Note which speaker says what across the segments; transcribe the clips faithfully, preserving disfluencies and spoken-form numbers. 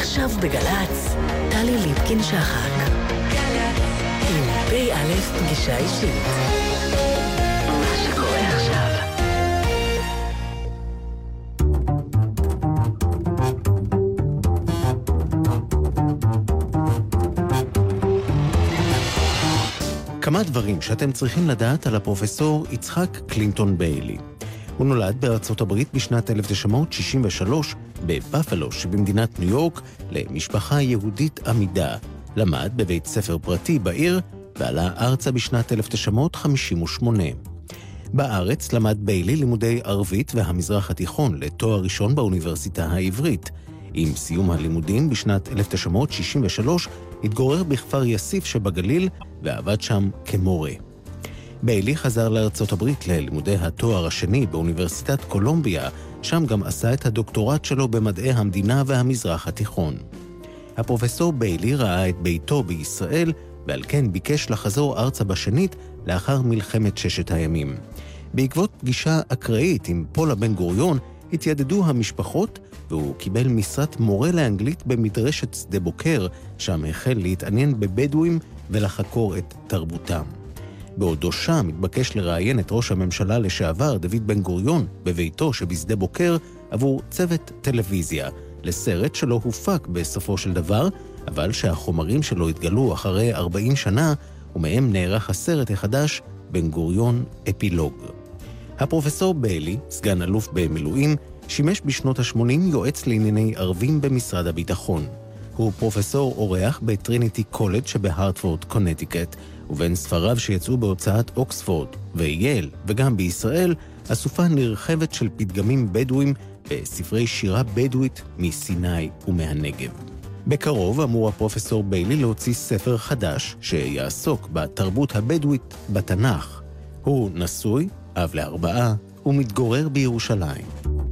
Speaker 1: עכשיו בגלץ, טלי ליפקין-שחק. עם פי א' פגישה אישית. מה שקורה עכשיו.
Speaker 2: כמה דברים שאתם צריכים לדעת על הפרופסור יצחק קלינטון ביילי. הוא נולד בארצות הברית בשנת אלף תשע מאות שישים ושלוש בבאפלו שבמדינת ניו יורק למשפחה יהודית עמידה. למד בבית ספר פרטי בעיר ועלה ארצה בשנת אלף תשע מאות חמישים ושמונה. בארץ למד ביילי לימודי ערבית והמזרח התיכון לתואר ראשון באוניברסיטה העברית. עם סיום הלימודים בשנת אלף תשע מאות שישים ושלוש התגורר בכפר יסיף שבגליל ועבד שם כמורה. ביילי חזר לארצות הברית ללימודי התואר השני באוניברסיטת קולומביה, שם גם עשה את הדוקטורט שלו במדעי המדינה והמזרח התיכון. הפרופסור ביילי ראה את ביתו בישראל, ועל כן ביקש לחזור ארצה בשנית לאחר מלחמת ששת הימים. בעקבות פגישה אקראית עם פולה בן גוריון, התיידדו המשפחות, והוא קיבל משרת מורה לאנגלית במדרשת שדה בוקר, שם החל להתעניין בבדואים ולחקור את תרבותם. בעודו שם התבקש לראיין את ראש הממשלה לשעבר דוד בן גוריון בביתו שבשדה בוקר עבור צוות טלוויזיה, לסרט שלא הופק בסופו של דבר, אבל שהחומרים שלו התגלו אחרי ארבעים שנה, ומהם נערך הסרט החדש בן גוריון אפילוג. הפרופסור ביילי, סגן אלוף במילואים, שימש בשנות ה-שמונים יועץ לענייני ערבים במשרד הביטחון. הוא פרופסור אורח בטריניטי קולג' שבהרטפורד, קונטיקט, ובין ספריו שיצאו בהוצאת אוקספורד וייל וגם בישראל, אסופה נרחבת של פתגמים בדואים בספרי שירה בדואית מסיני ומהנגב. בקרוב אמור הפרופסור ביילי להוציא ספר חדש שיעסוק בתרבות הבדואית בתנ"ך. הוא נשוי, אב לארבעה, ומתגורר בירושלים.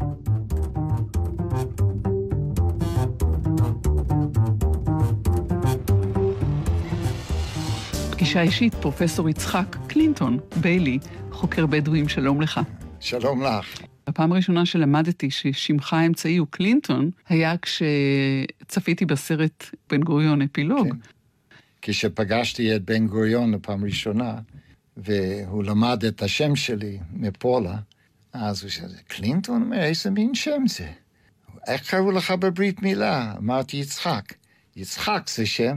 Speaker 3: פגישה אישית, פרופסור יצחק קלינטון ביילי, חוקר בדואים, שלום לך.
Speaker 4: שלום לך.
Speaker 3: הפעם הראשונה שלמדתי ששמך האמצעי הוא קלינטון, היה כשצפיתי בסרט בן גוריון אפילוג. כן.
Speaker 4: כשפגשתי את בן גוריון לפעם ראשונה, והוא למד את השם שלי מפולה, אז הוא שאל, קלינטון? אומר, איזה מין שם זה? איך קראו לך בברית מילה? אמרתי יצחק. יצחק זה שם.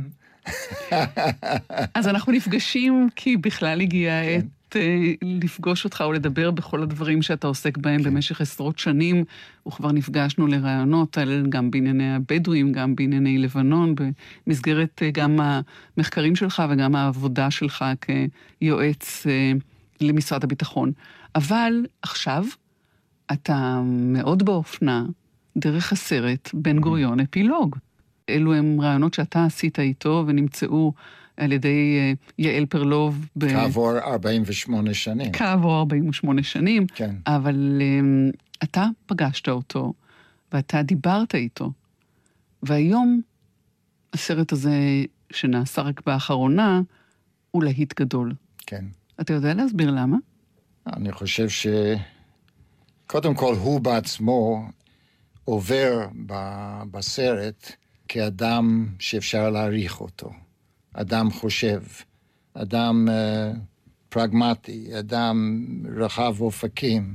Speaker 3: אז אנחנו נפגשים כי בכלל הגיע כן. עת לפגוש אותך או לדבר בכל הדברים שאתה עוסק בהם כן. במשך עשרות שנים, וכבר נפגשנו לרעיונות על גם בענייני הבדואים, גם בענייני לבנון, במסגרת גם המחקרים שלך וגם העבודה שלך כיועץ למשרד הביטחון. אבל עכשיו אתה מאוד באופנה דרך הסרט בן גוריון אפילוג. אלו הם רעיונות שאתה עשית איתו ונמצאו על ידי יעל פרלוב.
Speaker 4: ב... כעבור ארבעים ושמונה שנים.
Speaker 3: כעבור ארבעים ושמונה שנים.
Speaker 4: כן.
Speaker 3: אבל um, אתה פגשת אותו ואתה דיברת איתו. והיום הסרט הזה שנעשה רק באחרונה הוא להיט גדול.
Speaker 4: כן.
Speaker 3: אתה יודע להסביר למה?
Speaker 4: אני חושב ש... קודם כל הוא בעצמו עובר ב... בסרט כאדם שאפשר להעריך אותו. אדם חושב, אדם uh, פרגמטי, אדם רחב אופקים.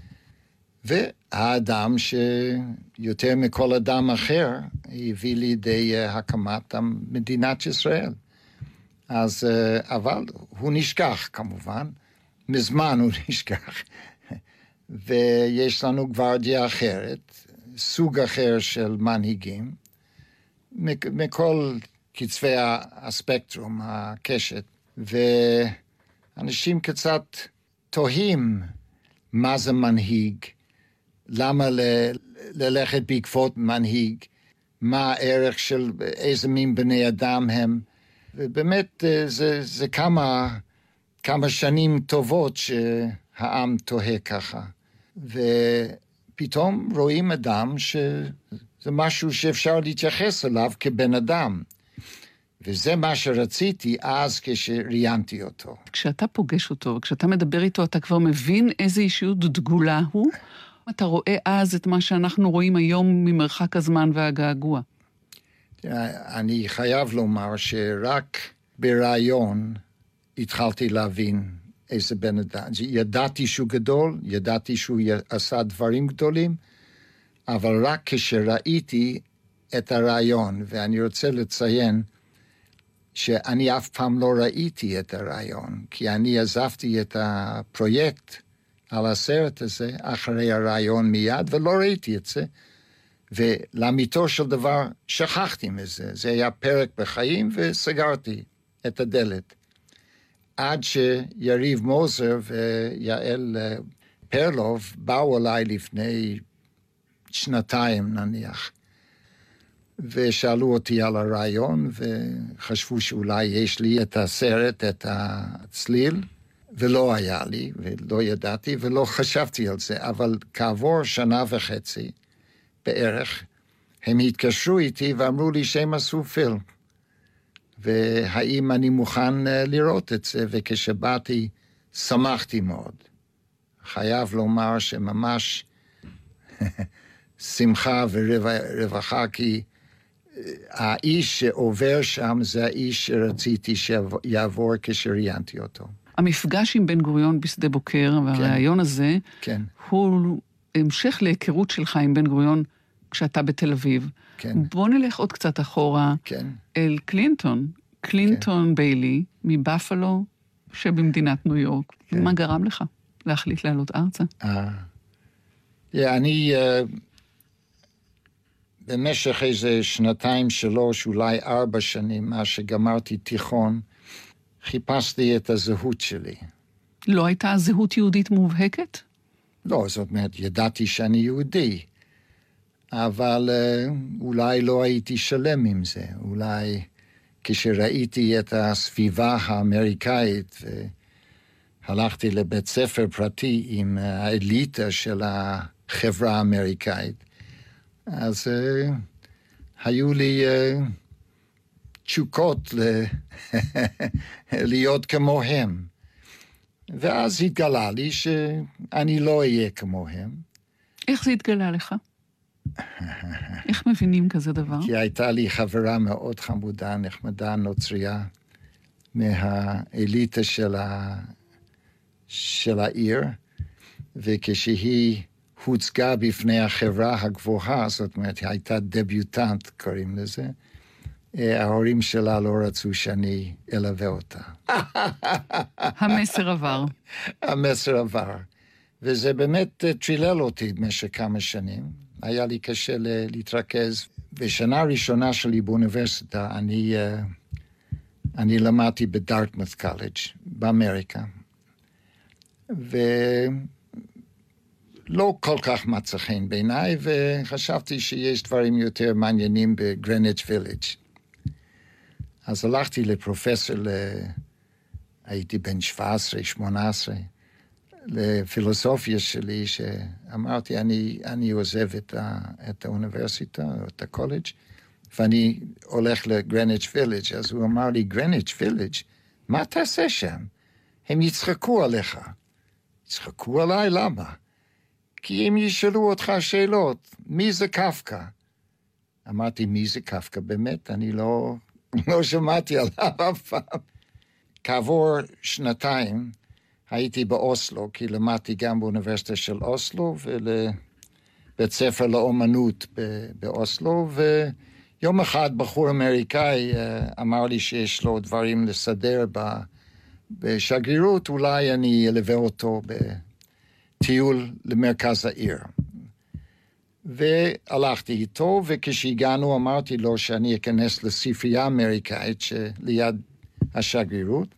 Speaker 4: והאדם שיותר מכל אדם אחר הביא לידי uh, הקמת מדינת ישראל. אז, uh, אבל הוא נשכח כמובן, מזמן הוא נשכח. ויש לנו גוורדיה אחרת, סוג אחר של מנהיגים, מכל קצווי הספקטרום, הקשת, ואנשים קצת תוהים מה זה מנהיג, למה ל- ללכת בעקבות מנהיג, מה הערך של איזה מין בני אדם הם, ובאמת זה, זה כמה, כמה שנים טובות שהעם תוהה ככה, ופתאום רואים אדם ש... זה משהו שאפשר להתייחס אליו כבן אדם. וזה מה שרציתי אז כשראיינתי אותו.
Speaker 3: כשאתה פוגש אותו, כשאתה מדבר איתו, אתה כבר מבין איזה אישיות דגולה הוא? אתה רואה אז את מה שאנחנו רואים היום ממרחק הזמן והגעגוע.
Speaker 4: אני חייב לומר שרק ברעיון התחלתי להבין איזה בן אדם. ידעתי שהוא גדול, ידעתי שהוא עשה דברים גדולים, אבל רק כשראיתי את הרעיון, ואני רוצה לציין שאני אף פעם לא ראיתי את הרעיון, כי אני עזבתי את הפרויקט על הסרט הזה אחרי הרעיון מיד, ולא ראיתי את זה, ולאמיתו של דבר שכחתי מזה. זה היה פרק בחיים וסגרתי את הדלת. עד שיריב מוזר ויעל פרלוב באו אליי לפני שנתיים נניח, ושאלו אותי על הרעיון, וחשבו שאולי יש לי את הסרט, את הצליל, ולא היה לי, ולא ידעתי, ולא חשבתי על זה, אבל כעבור שנה וחצי בערך, הם התקשרו איתי ואמרו לי שהם עשו פילם, והאם אני מוכן לראות את זה, וכשבאתי שמחתי מאוד. חייב לומר שממש שמחה ורווחה, כי האיש שעובר שם זה האיש שרציתי שיעבור כשראיינתי אותו.
Speaker 3: המפגש עם בן גוריון בשדה בוקר, והרעיון הזה,
Speaker 4: כן.
Speaker 3: הוא המשך להיכרות שלך עם בן גוריון כשאתה בתל אביב.
Speaker 4: כן.
Speaker 3: בוא נלך עוד קצת אחורה,
Speaker 4: כן.
Speaker 3: אל קלינטון, קלינטון
Speaker 4: כן.
Speaker 3: ביילי, מבאפלו שבמדינת ניו יורק.
Speaker 4: כן.
Speaker 3: מה גרם לך להחליט לעלות ארצה?
Speaker 4: אה, אני... Uh... במשך איזה שנתיים, שלוש, אולי ארבע שנים, מה שגמרתי תיכון, חיפשתי את הזהות שלי.
Speaker 3: לא הייתה זהות יהודית מובהקת?
Speaker 4: לא, זאת אומרת, ידעתי שאני יהודי, אבל אולי לא הייתי שלם עם זה. אולי כשראיתי את הסביבה האמריקאית, והלכתי לבית ספר פרטי עם האליטה של החברה האמריקאית, אז uh, היו לי uh, תשוקות ל... להיות כמוהם. ואז התגלה לי שאני לא אהיה כמוהם.
Speaker 3: איך זה התגלה לך? איך מבינים כזה דבר?
Speaker 4: כי הייתה לי חברה מאוד חמודה, נחמדה, נוצריה, מהאליטה של, ה... של העיר, וכשהיא הוצגה בפני החברה הגבוהה, זאת אומרת, היא הייתה דביוטנט, קוראים לזה, ההורים שלה לא רצו שאני אלווה אותה.
Speaker 3: המסר עבר.
Speaker 4: המסר עבר. וזה באמת טרילל אותי במשך כמה שנים. היה לי קשה להתרכז. בשנה הראשונה שלי באוניברסיטה, אני, אני למדתי בדארטמות' קולג' באמריקה. ו... לא כל כך מצא חן בעיניי, וחשבתי שיש דברים יותר מעניינים בגריניץ' ויליג'. אז הלכתי לפרופסור, ל... הייתי בן שבע עשרה, שמונה עשרה, לפילוסופיה שלי, שאמרתי, אני, אני עוזב את, ה... את האוניברסיטה, את הקולג', ואני הולך לגריניץ' ויליג'. אז הוא אמר לי, גריניץ' ויליג', מה תעשה שם? הם יצחקו עליך. יצחקו עליי? למה? כי אם ישאלו אותך שאלות, מי זה קפקא? אמרתי, מי זה קפקא? באמת, אני לא, לא שמעתי עליו אף פעם. כעבור שנתיים הייתי באוסלו, כי למדתי גם באוניברסיטה של אוסלו, ולבית ספר לאומנות באוסלו, ויום אחד בחור אמריקאי אמר לי שיש לו דברים לסדר בשגרירות, אולי אני אלווה אותו ב... טיול למרכז העיר. והלכתי איתו, וכשהגענו אמרתי לו שאני אכנס לספרייה אמריקאית שליד השגרירות,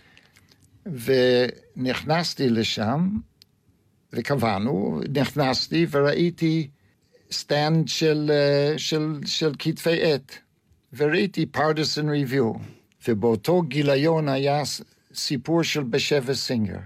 Speaker 4: ונכנסתי לשם, וקבענו, נכנסתי וראיתי סטנד של, של, של כתבי עת, וראיתי פרטיסן ריוויו, ובאותו גיליון היה סיפור של בשבע סינגר.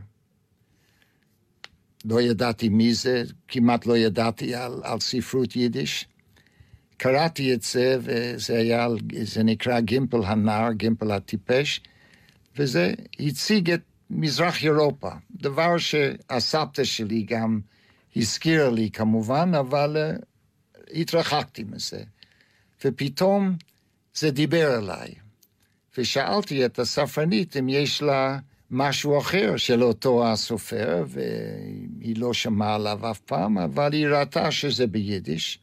Speaker 4: לא ידעתי מי זה, כמעט לא ידעתי על, על ספרות יידיש. קראתי את זה, וזה היה, זה נקרא גימפל הנער, גימפל הטיפש, וזה הציג את מזרח אירופה, דבר שהסבתא שלי גם הזכירה לי כמובן, אבל uh, התרחקתי מזה. ופתאום זה דיבר אליי. ושאלתי את הספרנית אם יש לה משהו אחר של אותו הסופר, והיא לא שמעה עליו אף פעם, אבל היא ראתה שזה ביידיש.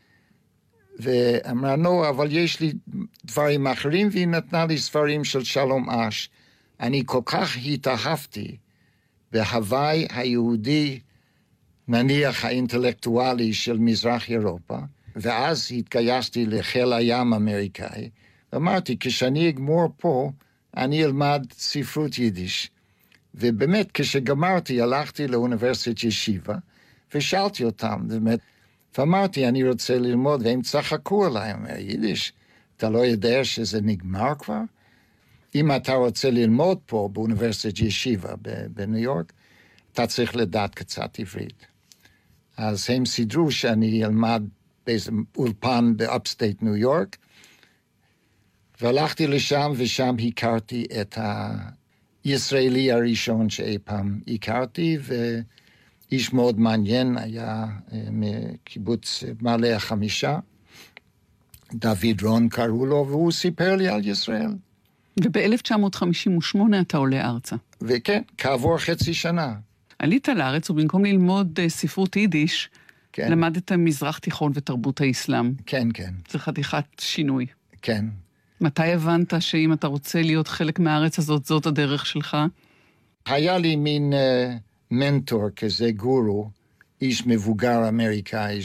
Speaker 4: ואמרה, נו, אבל יש לי דברים אחרים, והיא נתנה לי ספרים של שלום אש. אני כל כך התאהבתי בהוואי היהודי, נניח האינטלקטואלי של מזרח אירופה, ואז התגייסתי לחיל הים האמריקאי, ואמרתי, כשאני אגמור פה, אני אלמד ספרות יידיש. ובאמת, כשגמרתי, הלכתי לאוניברסיטת ישיבה, ושאלתי אותם, באמת, ואמרתי, אני רוצה ללמוד, והם צחקו עליי, אומר, יידיש, אתה לא יודע שזה נגמר כבר? אם אתה רוצה ללמוד פה באוניברסיטת ישיבה בניו יורק, אתה צריך לדעת קצת עברית. אז הם סידרו שאני אלמד באיזה אולפן באפסטייט ניו יורק, והלכתי לשם, ושם הכרתי את הישראלי הראשון שאי פעם הכרתי, ואיש מאוד מעניין היה מקיבוץ מעלה החמישה, דוד רון קראו לו, והוא סיפר לי על ישראל.
Speaker 3: וב-אלף תשע מאות חמישים ושמונה אתה עולה ארצה.
Speaker 4: וכן, כעבור חצי שנה.
Speaker 3: עלית לארץ, ובמקום ללמוד ספרות יידיש, כן. למדת מזרח תיכון ותרבות האסלאם.
Speaker 4: כן, כן.
Speaker 3: זה חתיכת שינוי.
Speaker 4: כן.
Speaker 3: מתי הבנת שאם אתה רוצה להיות חלק מהארץ הזאת, זאת הדרך שלך?
Speaker 4: היה לי מין uh, מנטור כזה, גורו, איש מבוגר אמריקאי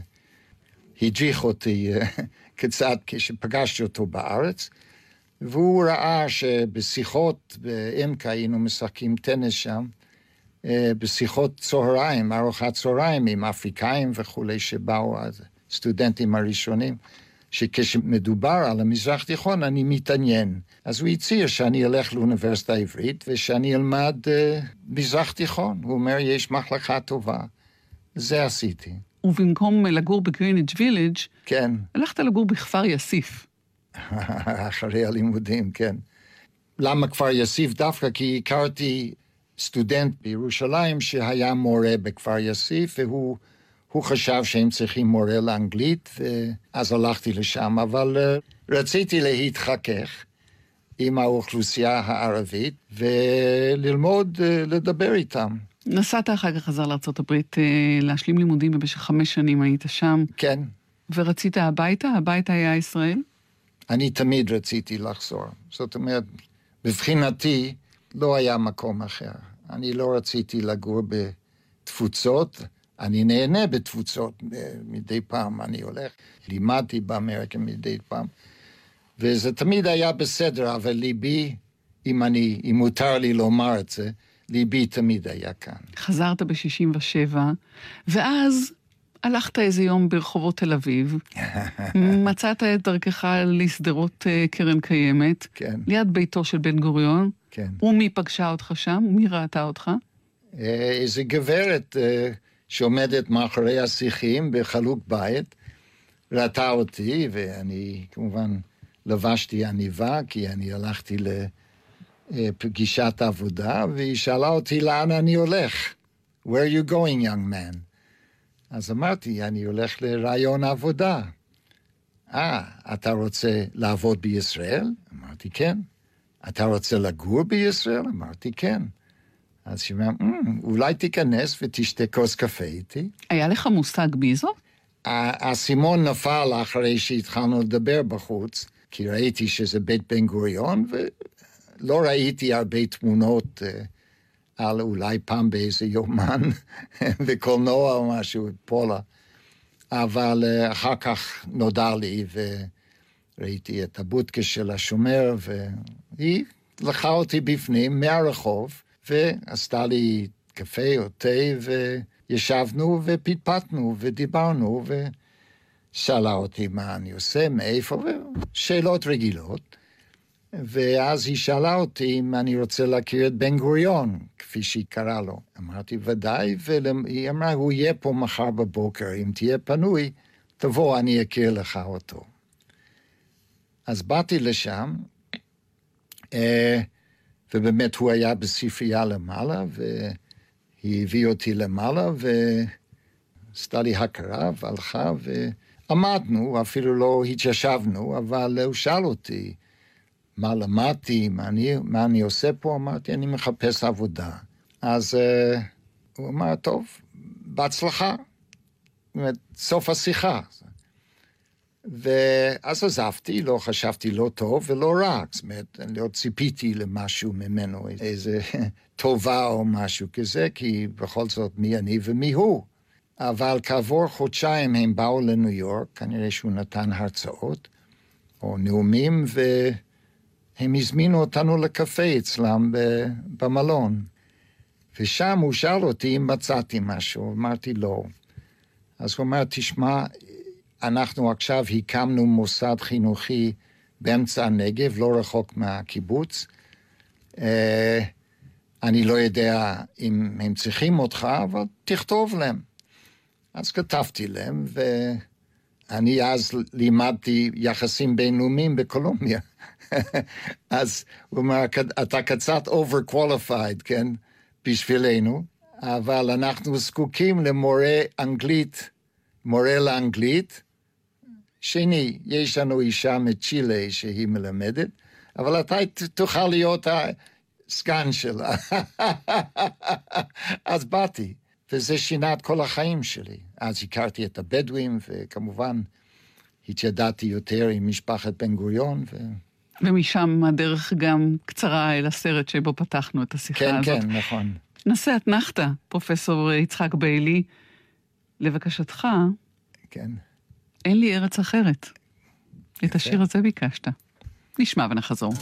Speaker 4: שהדריך אותי uh, קצת כשפגשתי אותו בארץ, והוא ראה שבשיחות באמקה היינו משחקים טניס שם, uh, בשיחות צהריים, ארוחת צהריים עם אפריקאים וכולי שבאו הסטודנטים הראשונים, שכשמדובר על המזרח תיכון אני מתעניין. אז הוא הציע שאני אלך לאוניברסיטה העברית ושאני אלמד uh, מזרח תיכון. הוא אומר, יש מחלקה טובה. זה עשיתי.
Speaker 3: ובמקום לגור בגריניג' וילג'
Speaker 4: כן.
Speaker 3: הלכת לגור בכפר יסיף.
Speaker 4: אחרי הלימודים, כן. למה כפר יסיף? דווקא כי הכרתי סטודנט בירושלים שהיה מורה בכפר יסיף, והוא הוא חשב שהם צריכים מורה לאנגלית, ואז הלכתי לשם, אבל רציתי להתחכך עם האוכלוסייה הערבית, וללמוד לדבר איתם.
Speaker 3: נסעת אחר כך חזר לארצות הברית להשלים לימודים, במשך חמש שנים היית שם.
Speaker 4: כן.
Speaker 3: ורצית הביתה? הביתה היה ישראל?
Speaker 4: אני תמיד רציתי לחזור. זאת אומרת, בבחינתי לא היה מקום אחר. אני לא רציתי לגור בתפוצות, אני נהנה בתפוצות מדי פעם, אני הולך, לימדתי באמריקה מדי פעם, וזה תמיד היה בסדר, אבל ליבי, אם אני, אם מותר לי לומר את זה, ליבי תמיד היה כאן.
Speaker 3: חזרת ב-שישים ושבע, ואז הלכת איזה יום ברחובות תל אביב, מצאת את דרכך לסדרות קרן קיימת,
Speaker 4: כן.
Speaker 3: ליד ביתו של בן גוריון,
Speaker 4: כן.
Speaker 3: ומי פגשה אותך שם? ומי ראתה אותך?
Speaker 4: איזה גברת שעומדת מאחורי השיחים בחלוק בית, ראתה אותי, ואני כמובן לבשתי עניבה, כי אני הלכתי לפגישת עבודה, והיא שאלה אותי לאן אני הולך. Where are you going, young man? אז אמרתי, אני הולך לרעיון עבודה. אה, אתה רוצה לעבוד בישראל? אמרתי, כן. אתה רוצה לגור בישראל? אמרתי, כן. אז היא אמרה, אולי תיכנס ותשתה כוס קפה איתי.
Speaker 3: היה לך מושג ביזו?
Speaker 4: הסימון נפל אחרי שהתחלנו לדבר בחוץ, כי ראיתי שזה בית בן גוריון, ולא ראיתי הרבה תמונות על אולי פעם באיזה יומן, וקולנוע או משהו, פולה. אבל אחר כך נודע לי, וראיתי את הבודקה של השומר, והיא לקחה אותי בפנים מהרחוב, ועשתה לי קפה או תה, וישבנו ופטפטנו ודיברנו, ושאלה אותי מה אני עושה, מאיפה, ושאלות רגילות. ואז היא שאלה אותי אם אני רוצה להכיר את בן גוריון, כפי שהיא קראה לו. אמרתי, ודאי, והיא אמרה, הוא יהיה פה מחר בבוקר, אם תהיה פנוי, תבוא, אני אכיר לך אותו. אז באתי לשם, ובאמת הוא היה בספרייה למעלה, והיא הביא אותי למעלה, ועשתה לי הכרה, והלכה, עמדנו, אפילו לא התיישבנו, אבל הוא שאל אותי, מה למדתי, מה אני, מה אני עושה פה? אמרתי, אני מחפש עבודה. אז uh, הוא אמר, טוב, בהצלחה. זאת אומרת, סוף השיחה. ואז עזבתי, לא חשבתי לא טוב ולא רע. זאת אומרת, אני לא ציפיתי למשהו ממנו, איזה טובה או משהו כזה, כי בכל זאת מי אני ומי הוא. אבל כעבור חודשיים הם באו לניו יורק, כנראה שהוא נתן הרצאות או נאומים, והם הזמינו אותנו לקפה אצלם במלון. ושם הוא שאל אותי אם מצאתי משהו, אמרתי לא. אז הוא אמר, תשמע, אנחנו עכשיו הקמנו מוסד חינוכי באמצע הנגב, לא רחוק מהקיבוץ. אני לא יודע אם הם צריכים אותך, אבל תכתוב להם. אז כתבתי להם, ואני אז לימדתי יחסים בינלאומיים בקולומביה. אז הוא אומר, אתה קצת overqualified, כן, בשבילנו, אבל אנחנו זקוקים למורה אנגלית, מורה לאנגלית. שני, יש לנו אישה מצ'ילה שהיא מלמדת, אבל אתה תוכל להיות הסגן שלה. אז באתי. וזה שינה את כל החיים שלי. אז הכרתי את הבדואים, וכמובן התיידעתי יותר עם משפחת בן גוריון. ו...
Speaker 3: ומשם הדרך גם קצרה אל הסרט שבו פתחנו את השיחה
Speaker 4: כן,
Speaker 3: הזאת.
Speaker 4: כן, כן, נכון.
Speaker 3: נעשה אתנחתא, פרופסור יצחק ביילי. לבקשתך,
Speaker 4: כן.
Speaker 3: אין לי ארץ אחרת.
Speaker 4: יפה.
Speaker 3: את השיר הזה ביקשת. נשמע ונחזור.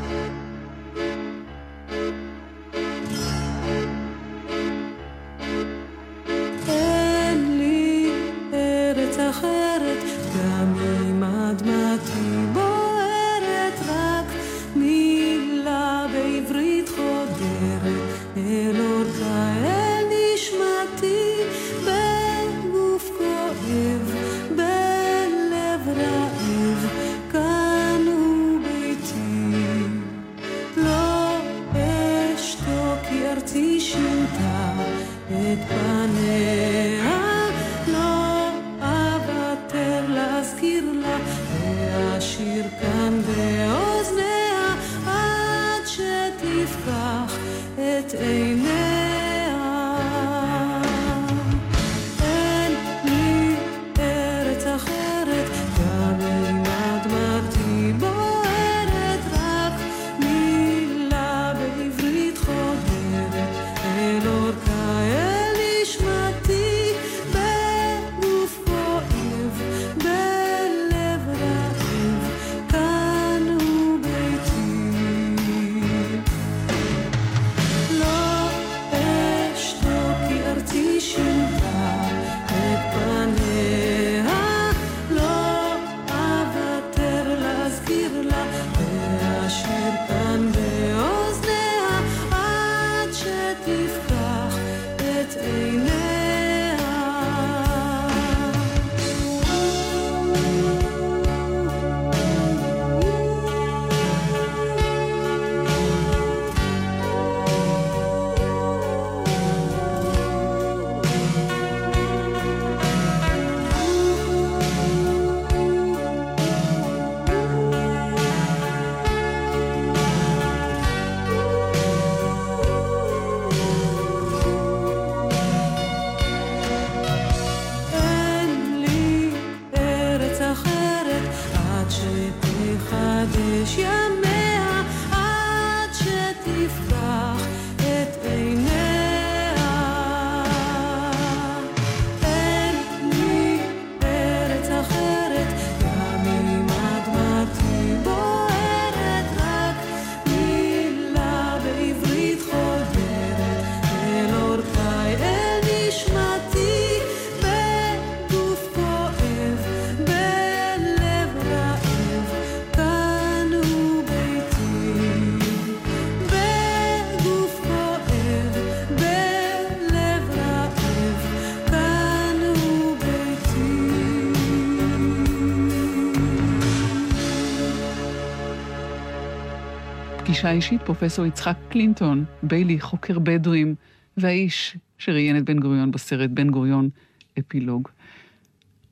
Speaker 3: פגישה אישית, פרופסור יצחק קלינטון, ביילי, חוקר בדואים, והאיש שראיין את בן גוריון בסרט בן גוריון אפילוג.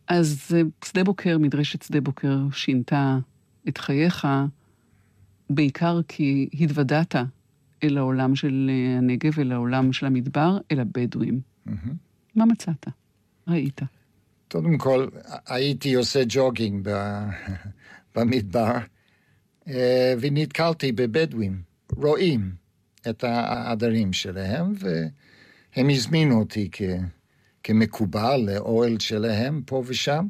Speaker 3: אז שדה בוקר, מדרשת שדה בוקר, שינתה את חייך, בעיקר כי התוודעת אל העולם של הנגב, אל העולם של המדבר, אל הבדואים. Mm-hmm. מה מצאת? ראית?
Speaker 4: קודם כל, הייתי עושה ג'וגינג במדבר, ונתקלתי בבדואים, רואים את העדרים שלהם, והם הזמינו אותי כ... כמקובל לאוהל שלהם פה ושם,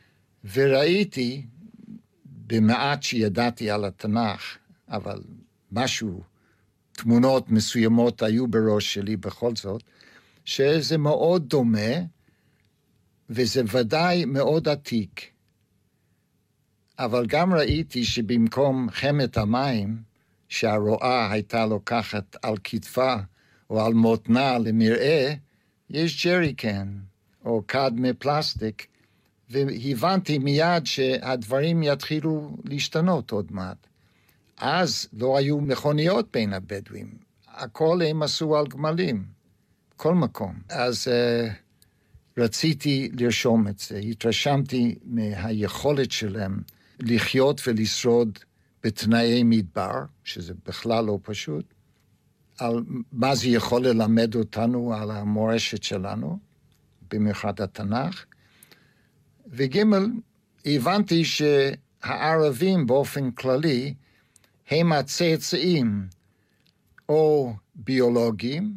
Speaker 4: וראיתי במעט שידעתי על התנ"ך, אבל משהו, תמונות מסוימות היו בראש שלי בכל זאת, שזה מאוד דומה, וזה ודאי מאוד עתיק. אבל גם ראיתי שבמקום חמת המים, שהרועה הייתה לוקחת על כתפה או על מותנה למראה, יש ג'ריקן או כד מפלסטיק, והבנתי מיד שהדברים יתחילו להשתנות עוד מעט. אז לא היו מכוניות בין הבדואים, הכל הם עשו על גמלים, כל מקום. אז uh, רציתי לרשום את זה, התרשמתי מהיכולת שלהם לחיות ולשרוד בתנאי מדבר, שזה בכלל לא פשוט, על מה זה יכול ללמד אותנו על המורשת שלנו, במיוחד התנ"ך. וגימל, הבנתי שהערבים באופן כללי הם הצאצאים או ביולוגיים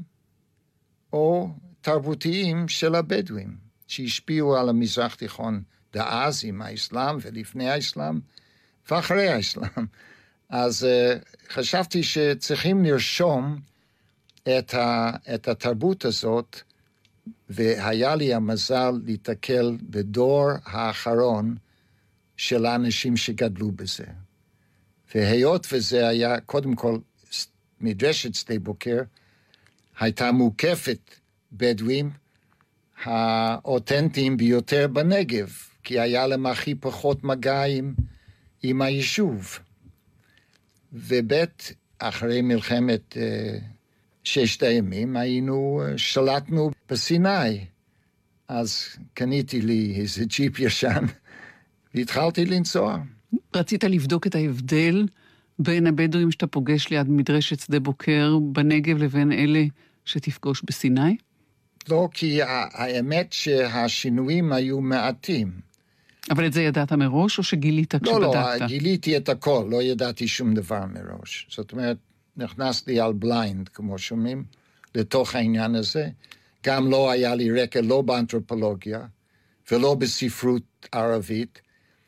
Speaker 4: או תרבותיים של הבדואים, שהשפיעו על המזרח תיכון דאז עם האסלאם ולפני האסלאם ואחרי האסלאם. אז uh, חשבתי שצריכים לרשום את, ה, את התרבות הזאת, והיה לי המזל להתקל בדור האחרון של האנשים שגדלו בזה. והיות וזה היה, קודם כל, מדרשת שדה בוקר, הייתה מוקפת בדואים האותנטיים ביותר בנגב, כי היה להם הכי פחות מגע עם, עם היישוב. ובית, אחרי מלחמת uh, ששת הימים, היינו, uh, שלטנו בסיני. אז קניתי לי איזה ג'יפ ישן, והתחלתי לנסוע.
Speaker 3: רצית לבדוק את ההבדל בין הבדואים שאתה פוגש ליד מדרשת שדה בוקר בנגב לבין אלה שתפגוש בסיני?
Speaker 4: לא, כי האמת שהשינויים היו מעטים.
Speaker 3: אבל את זה ידעת מראש, או שגילית כשבדקת?
Speaker 4: לא, לא, גיליתי את הכל, לא ידעתי שום דבר מראש. זאת אומרת, נכנסתי על בליינד, כמו שומעים, לתוך העניין הזה. גם לא היה לי רקע, לא באנתרופולוגיה, ולא בספרות ערבית.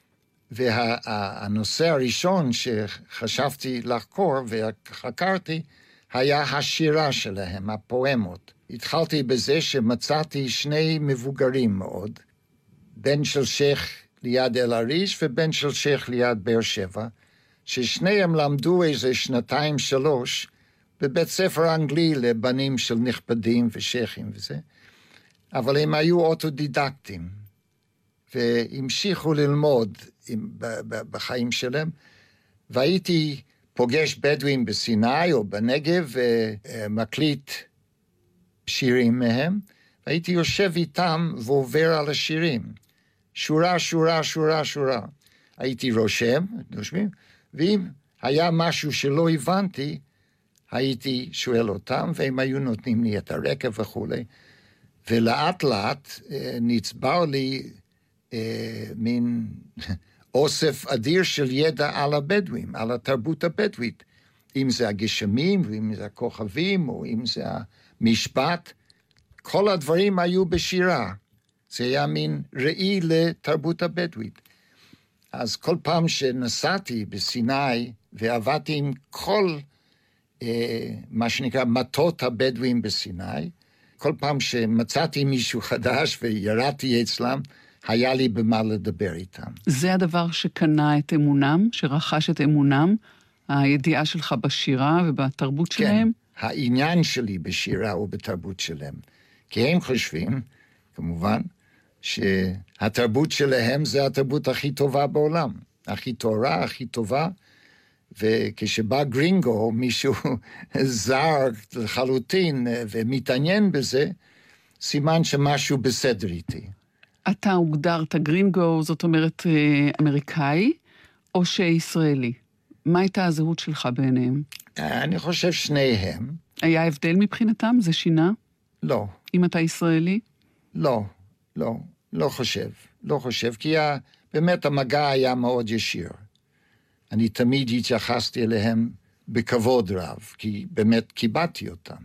Speaker 4: והנושא הראשון שחשבתי לחקור וחקרתי, היה השירה שלהם, הפואמות. התחלתי בזה שמצאתי שני מבוגרים מאוד, בן של שייך ליד אל עריש ובן של שייך ליד באר שבע, ששניהם למדו איזה שנתיים שלוש בבית ספר אנגלי לבנים של נכבדים ושייכים וזה, אבל הם היו אוטודידקטים, והמשיכו ללמוד בחיים שלהם, והייתי פוגש בדואים בסיני או בנגב ומקליט שירים מהם, והייתי יושב איתם ועובר על השירים. שורה, שורה, שורה, שורה. הייתי רושם, רושמים, ואם היה משהו שלא הבנתי, הייתי שואל אותם, והם היו נותנים לי את הרקע וכו'. ולאט לאט נצבר לי אה, מין אוסף אדיר של ידע על הבדואים, על התרבות הבדואית. אם זה הגשמים, ואם זה הכוכבים, או אם זה המשפט, כל הדברים היו בשירה. זה היה מין ראי לתרבות הבדואית. אז כל פעם שנסעתי בסיני, ועבדתי עם כל, אה, מה שנקרא, מטות הבדואים בסיני, כל פעם שמצאתי מישהו חדש וירדתי אצלם, היה לי במה לדבר איתם.
Speaker 3: זה הדבר שקנה את אמונם, שרכש את אמונם, הידיעה שלך בשירה ובתרבות שלהם?
Speaker 4: כן, העניין שלי בשירה ובתרבות שלהם. כי הם חושבים, כמובן, שהתרבות שלהם זה התרבות הכי טובה בעולם. הכי תורה, הכי טובה. וכשבא גרינגו, מישהו זר לחלוטין ומתעניין בזה, סימן שמשהו בסדר איתי.
Speaker 3: אתה הוגדרת גרינגו, זאת אומרת אמריקאי, או שישראלי? מה הייתה הזהות שלך בעיניהם?
Speaker 4: אני חושב שניהם.
Speaker 3: היה הבדל מבחינתם? זה שינה?
Speaker 4: לא.
Speaker 3: אם אתה ישראלי?
Speaker 4: לא, לא, לא חושב. לא חושב, כי באמת המגע היה מאוד ישיר. אני תמיד התייחסתי אליהם בכבוד רב, כי באמת קיבלתי אותם.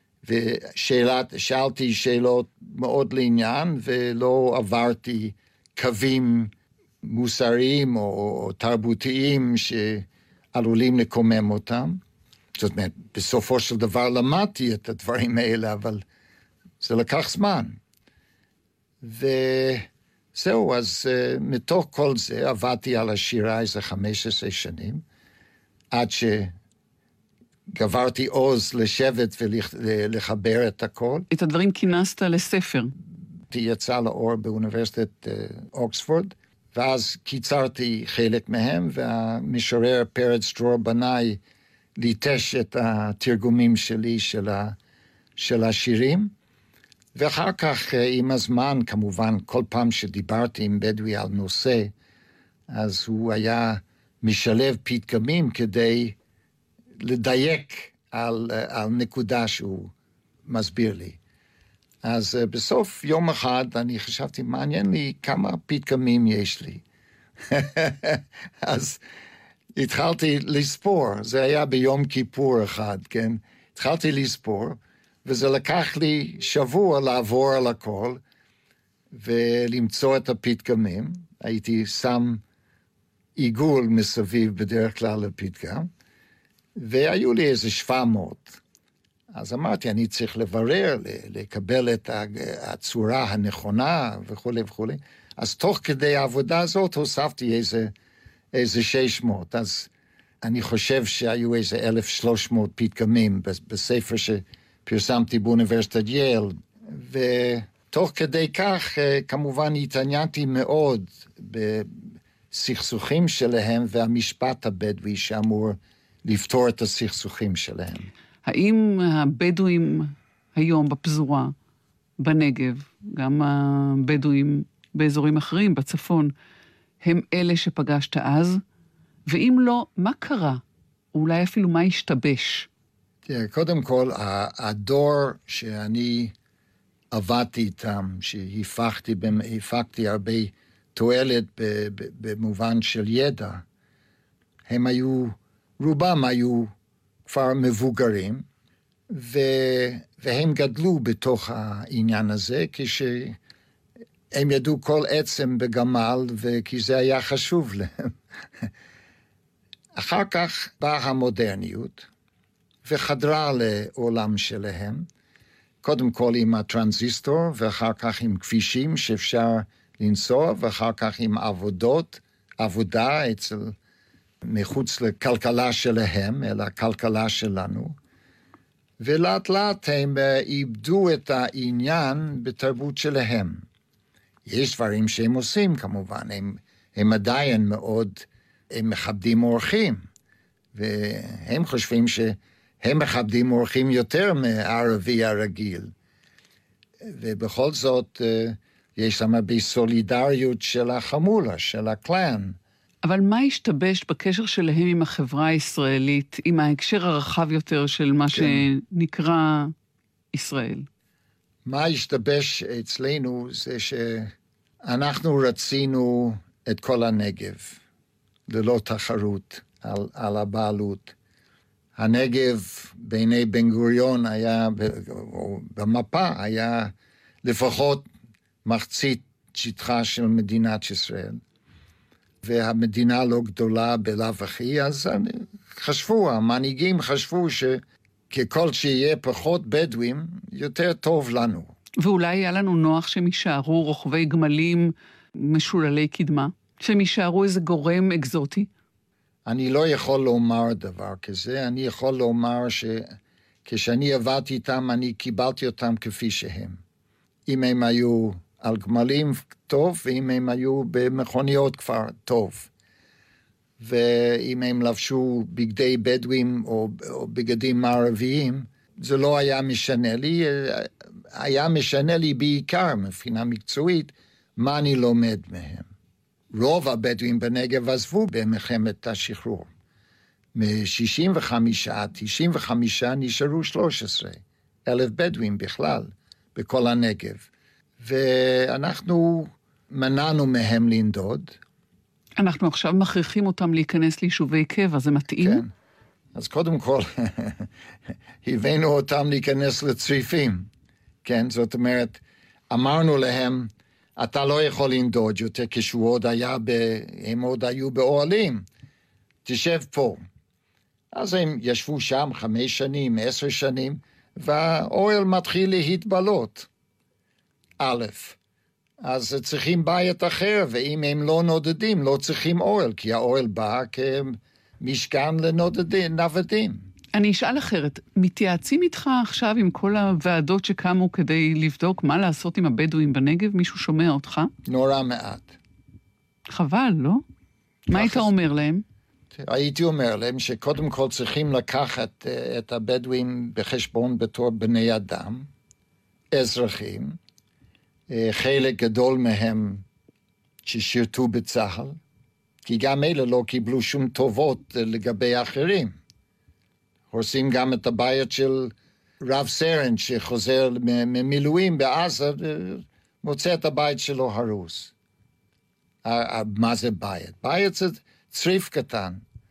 Speaker 4: ושאלתי שאלות מאוד לעניין, ולא עברתי קווים מוסריים או תרבותיים שעלולים לקומם אותם. זאת אומרת, בסופו של דבר למדתי את הדברים האלה, אבל זה לקח זמן. וזהו, אז uh, מתוך כל זה עבדתי על השירה איזה חמש עשרה שנים, עד שגברתי עוז לשבת ולחבר את הכל.
Speaker 3: את הדברים כינסת לספר.
Speaker 4: יצא לאור באוניברסיטת uh, אוקספורד, ואז קיצרתי חלק מהם, והמשורר פרץ דרור בנאי ליטש את התרגומים שלי של, ה, של השירים, ואחר כך עם הזמן, כמובן, כל פעם שדיברתי עם בדואי על נושא, אז הוא היה משלב פתגמים כדי לדייק על, על נקודה שהוא מסביר לי. אז בסוף יום אחד אני חשבתי, מעניין לי כמה פתגמים יש לי. אז התחלתי לספור, זה היה ביום כיפור אחד, כן? התחלתי לספור, וזה לקח לי שבוע לעבור על הכל, ולמצוא את הפתגמים. הייתי שם עיגול מסביב בדרך כלל לפתגם, והיו לי איזה שבע מאות. אז אמרתי, אני צריך לברר, לקבל את הצורה הנכונה וכו' וכו'. אז תוך כדי העבודה הזאת הוספתי איזה, איזה שש מאות. אז אני חושב שהיו איזה אלף ושלוש מאות פתגמים בספר שפרסמתי באוניברסיטת יייל. ותוך כדי כך, כמובן, התעניינתי מאוד בסכסוכים שלהם והמשפט הבדואי שאמור לפתור את הסכסוכים שלהם.
Speaker 3: האם הבדואים היום בפזורה, בנגב, גם הבדואים באזורים אחרים, בצפון, הם אלה שפגשת אז? ואם לא, מה קרה? אולי אפילו מה השתבש?
Speaker 4: תראה, קודם כל, הדור שאני עבדתי איתם, שהפקתי, הפקתי הרבה תועלת במובן של ידע, הם היו, רובם היו כבר מבוגרים, ו... והם גדלו בתוך העניין הזה, כשהם ידעו כל עצם בגמל, וכי זה היה חשוב להם. אחר כך באה המודרניות, וחדרה לעולם שלהם, קודם כל עם הטרנזיסטור, ואחר כך עם כבישים שאפשר לנסוע, ואחר כך עם עבודות, עבודה אצל מחוץ לכלכלה שלהם, אלא הכלכלה שלנו, ולאט לאט הם איבדו את העניין בתרבות שלהם. יש דברים שהם עושים כמובן, הם, הם עדיין מאוד, הם מכבדים אורחים, והם חושבים שהם מכבדים אורחים יותר מהערבי הרגיל. ובכל זאת, יש שם הרבה סולידריות של החמולה, של הקלאן.
Speaker 3: אבל מה השתבש בקשר שלהם עם החברה הישראלית, עם ההקשר הרחב יותר של מה כן. שנקרא ישראל?
Speaker 4: מה השתבש אצלנו זה שאנחנו רצינו את כל הנגב, ללא תחרות על, על הבעלות. הנגב בעיני בן גוריון היה, במפה היה לפחות מחצית שטחה של מדינת ישראל. והמדינה לא גדולה בלאו הכי, אז חשבו, המנהיגים חשבו שככל שיהיה פחות בדואים, יותר טוב לנו.
Speaker 3: ואולי היה לנו נוח שהם יישארו רוכבי גמלים משוללי קדמה? שהם יישארו איזה גורם אקזוטי?
Speaker 4: אני לא יכול לומר דבר כזה, אני יכול לומר שכשאני עבדתי איתם, אני קיבלתי אותם כפי שהם. אם הם היו על גמלים טוב, ואם הם היו במכוניות כבר טוב. ואם הם לבשו בגדי בדואים או, או בגדים מערביים, זה לא היה משנה לי, היה משנה לי בעיקר מבחינה מקצועית, מה אני לומד מהם? רוב הבדואים בנגב עזבו במלחמת השחרור. מ-שישים וחמש עד תשעים וחמש נשארו שלוש עשרה אלף בדואים בכלל, בכל הנגב. ואנחנו מנענו מהם לנדוד.
Speaker 3: אנחנו עכשיו מכריחים אותם להיכנס ליישובי קבע, זה מתאים?
Speaker 4: כן. אז קודם כל, הבאנו אותם להיכנס לצריפים. כן, זאת אומרת, אמרנו להם, אתה לא יכול לנדוד יותר כשהוא עוד היה, ב... הם עוד היו באוהלים. תשב פה. אז הם ישבו שם חמש שנים, עשר שנים, והאוהל מתחיל להתבלות. א', אז צריכים בית אחר, ואם הם לא נודדים, לא צריכים אוהל, כי האוהל בא כמשכן לנודדים, נוודים.
Speaker 3: אני אשאל אחרת, מתייעצים איתך עכשיו עם כל הוועדות שקמו כדי לבדוק מה לעשות עם הבדואים בנגב? מישהו שומע אותך?
Speaker 4: נורא מעט.
Speaker 3: חבל, לא? מה היית אומר להם?
Speaker 4: הייתי אומר להם שקודם כל צריכים לקחת את הבדואים בחשבון בתור בני אדם, אזרחים, חלק גדול מהם ששירתו בצהל, כי גם אלה לא קיבלו שום טובות לגבי אחרים. הורסים גם את הבית של רב סרן שחוזר ממילואים בעזה, מוצא את הבית שלו הרוס. מה זה בית? בית זה צריף קטן.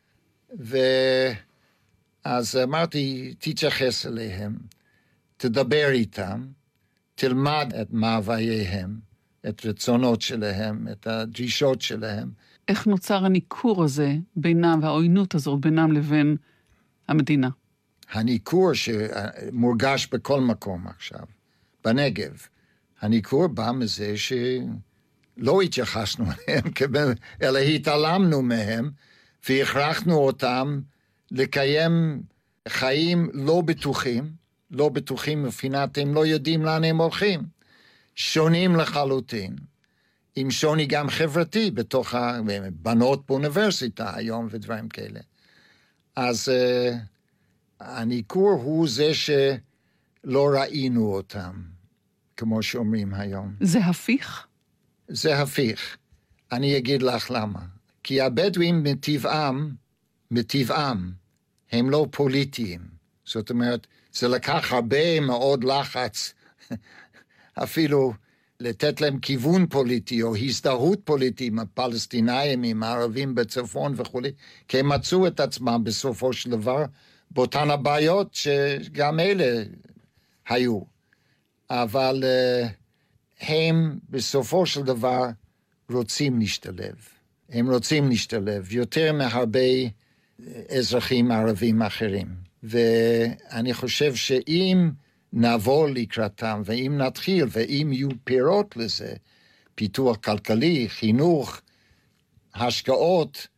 Speaker 4: ואז אמרתי, תתייחס אליהם, תדבר איתם, תלמד את מאווייהם, את רצונות שלהם, את הדרישות שלהם.
Speaker 3: איך נוצר הניכור הזה בינם, והעוינות הזאת בינם לבין המדינה?
Speaker 4: הניכור שמורגש בכל מקום עכשיו, בנגב, הניכור בא מזה שלא התייחסנו אליהם, אלא התעלמנו מהם, והכרחנו אותם לקיים חיים לא בטוחים, לא בטוחים מבחינת, הם לא יודעים לאן הם הולכים, שונים לחלוטין, עם שוני גם חברתי בתוך הבנות באוניברסיטה היום ודברים כאלה. אז uh, הניכור הוא זה שלא ראינו אותם, כמו שאומרים היום.
Speaker 3: זה הפיך?
Speaker 4: זה הפיך. אני אגיד לך למה. כי הבדואים מטבעם, מטבעם, הם לא פוליטיים. זאת אומרת, זה לקח הרבה מאוד לחץ, אפילו לתת להם כיוון פוליטי, או הזדהות פוליטית עם הפלסטינאים, עם הערבים בצפון וכו', כי הם מצאו את עצמם בסופו של דבר, באותן הבעיות שגם אלה היו. אבל uh, הם בסופו של דבר רוצים להשתלב. הם רוצים להשתלב יותר מהרבה אזרחים ערבים אחרים. ואני חושב שאם נעבור לקראתם, ואם נתחיל, ואם יהיו פירות לזה, פיתוח כלכלי, חינוך, השקעות,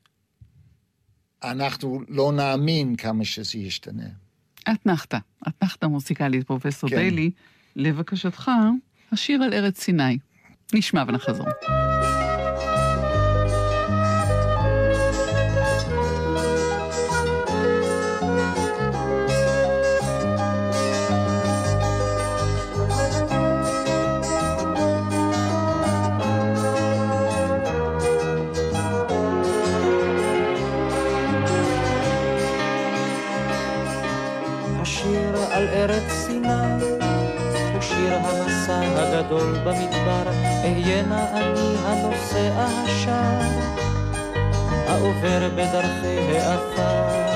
Speaker 4: אנחנו לא נאמין כמה שזה ישתנה.
Speaker 3: אתנחתא, אתנחתא מוסיקלית, פרופסור
Speaker 4: כן.
Speaker 3: ביילי, לבקשתך, השיר על ארץ סיני. נשמע ונחזור.
Speaker 5: על ארץ סיני, הוא שיר המסע הגדול במדבר, אהיינה אני הנוסע השם, העובר בדרכי העפר.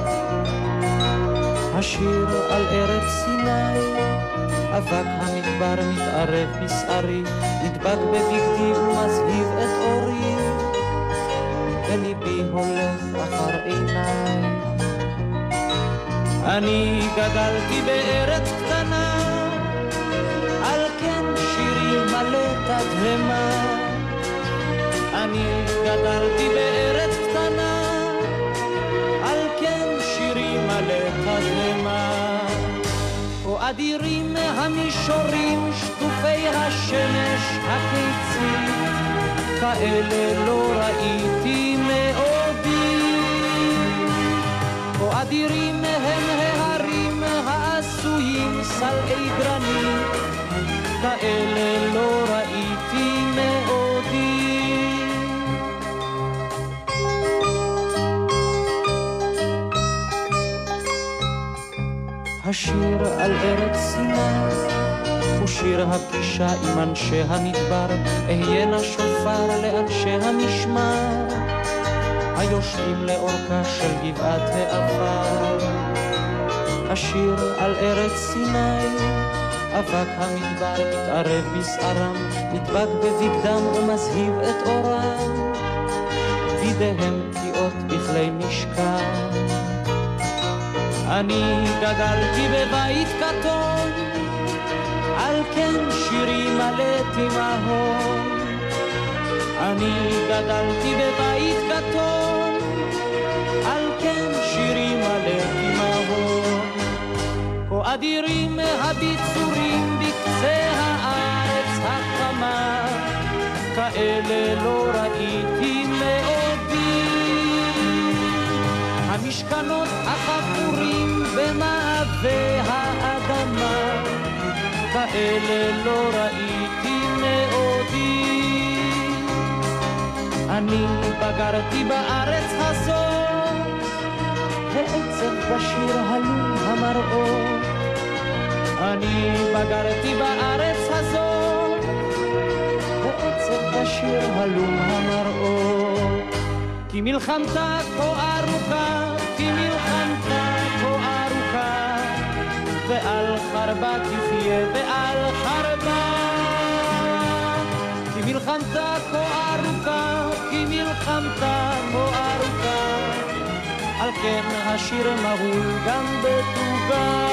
Speaker 5: השיר על ארץ סיני, אבק המדבר מתערב בשערי, נדבק בבגדי ומזהיב את אורי, וליבי הולך אחר עיניי. אני גדלתי בארץ קטנה, על כן שירי מלא תדהמה. אני גדלתי בארץ קטנה, על כן שירי מלא תדהמה. או אדירים המישורים שטופי השמש הקיצית, כאלה לא ראיתי מעודי. או אדירים הם ההרים העשויים סלעי גרנית, כאלה לא ראיתי מאוד. השיר על ארץ סיני הוא שיר הפגישה עם אנשי המדבר, אהיינה שופר לאנשי המשמר היושבים לאורכה של גבעת העבר. השיר על ארץ סיני, אבק המדבר מתערב בשערם, נדבק בבגדם ומזהיב את אורם, וידיהם פגיעות בכלי משכן. אני גדלתי בבית קטון, על כן שירי מלא תימהון. אני גדלתי בבית קטון, על כן שירי מלא תימהון. כה אדירים הביצורים בקצה הארץ החמה, כאלה לא ראיתי מעודי. המשכנות החפורים במעבה האדמה, כאלה לא ראיתי מעודי. אני בגרתי בארץ הזאת, ועצב בשיר הלום המראות. אני בגרתי בארץ הזאת, ועצב בשיר הלום המראות. כי מלחמתה כה ארוכה, כי מלחמתה כה ארוכה, ועל חרבה תחיה ועל חרבה. כי מלחמתה כה ארוכה, כי מלחמתה כה ארוכה, על כן השיר מהול גם בתוגה.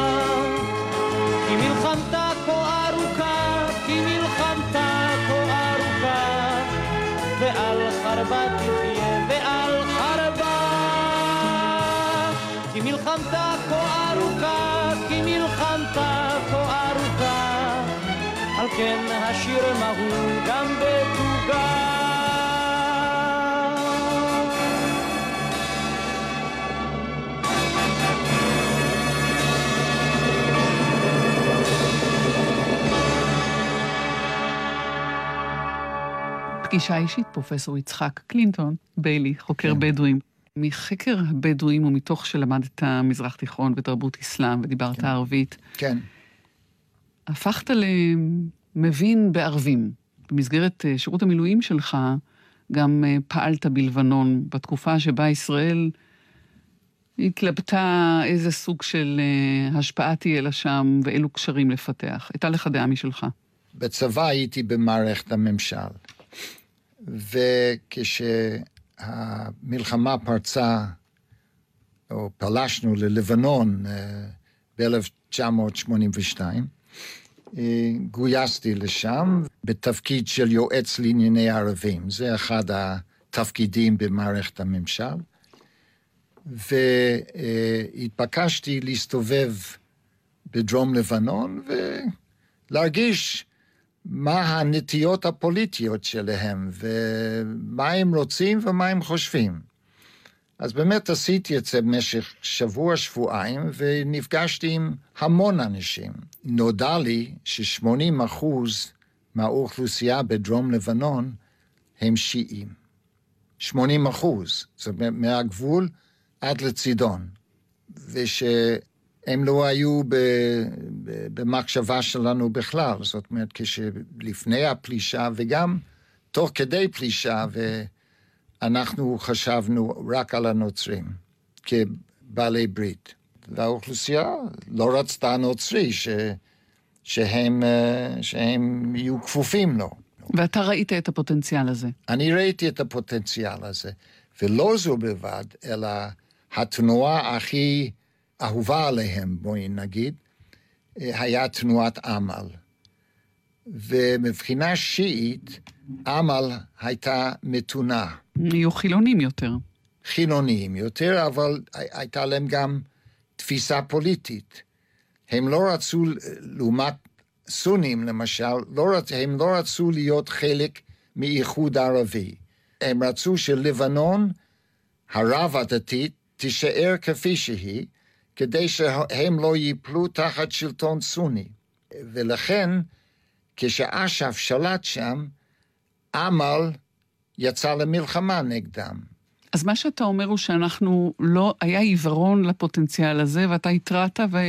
Speaker 5: כי מלחמתה כה ארוכה, כי מלחמתה כה ארוכה, ועל חרבה תחיה ועל חרבה. כי מלחמתה כה ארוכה, כי מלחמתה כה ארוכה, על כן השיר מהול גם בתוגה.
Speaker 3: פגישה אישית, פרופסור יצחק קלינטון ביילי, חוקר כן. בדואים. מחקר הבדואים ומתוך שלמדת מזרח תיכון ותרבות אסלאם ודיברת כן. ערבית.
Speaker 4: כן.
Speaker 3: הפכת למבין בערבים. במסגרת שירות המילואים שלך גם פעלת בלבנון, בתקופה שבה ישראל התלבטה איזה סוג של השפעה תהיה לה שם ואילו קשרים לפתח. הייתה לך דעה משלך.
Speaker 4: בצבא הייתי במערכת הממשל. וכשהמלחמה פרצה, או פלשנו ללבנון ב-אלף תשע מאות שמונים ושתיים, גויסתי לשם בתפקיד של יועץ לענייני ערבים. זה אחד התפקידים במערכת הממשל. והתבקשתי להסתובב בדרום לבנון ולהרגיש מה הנטיות הפוליטיות שלהם, ומה הם רוצים ומה הם חושבים. אז באמת עשיתי את זה במשך שבוע, שבועיים, ונפגשתי עם המון אנשים. נודע לי ש-שמונים אחוז מהאוכלוסייה בדרום לבנון הם שיעים. שמונים אחוז, זאת אומרת, מהגבול עד לצידון. ושהם לא היו ב... במחשבה שלנו בכלל. זאת אומרת, כשלפני הפלישה וגם תוך כדי פלישה, ואנחנו חשבנו רק על הנוצרים כבעלי ברית. והאוכלוסייה לא רצתה נוצרי ש... שהם, שהם יהיו כפופים לו.
Speaker 3: ואתה ראית את הפוטנציאל הזה?
Speaker 4: אני ראיתי את הפוטנציאל הזה. ולא זו בלבד, אלא התנועה הכי אהובה עליהם, בואי נגיד, היה תנועת עמל. ומבחינה שיעית, עמל הייתה מתונה.
Speaker 3: היו חילונים יותר.
Speaker 4: חילונים יותר, אבל הייתה להם גם תפיסה פוליטית. הם לא רצו, לעומת סונים למשל, לא, הם לא רצו להיות חלק מאיחוד ערבי. הם רצו שלבנון, הרב הדתית, תישאר כפי שהיא, כדי שהם לא ייפלו תחת שלטון סוני. ולכן, כשאש"ף שלט שם, עמל יצא למלחמה נגדם.
Speaker 3: אז מה שאתה אומר הוא שאנחנו לא, היה עיוורון לפוטנציאל הזה, ואתה התרעת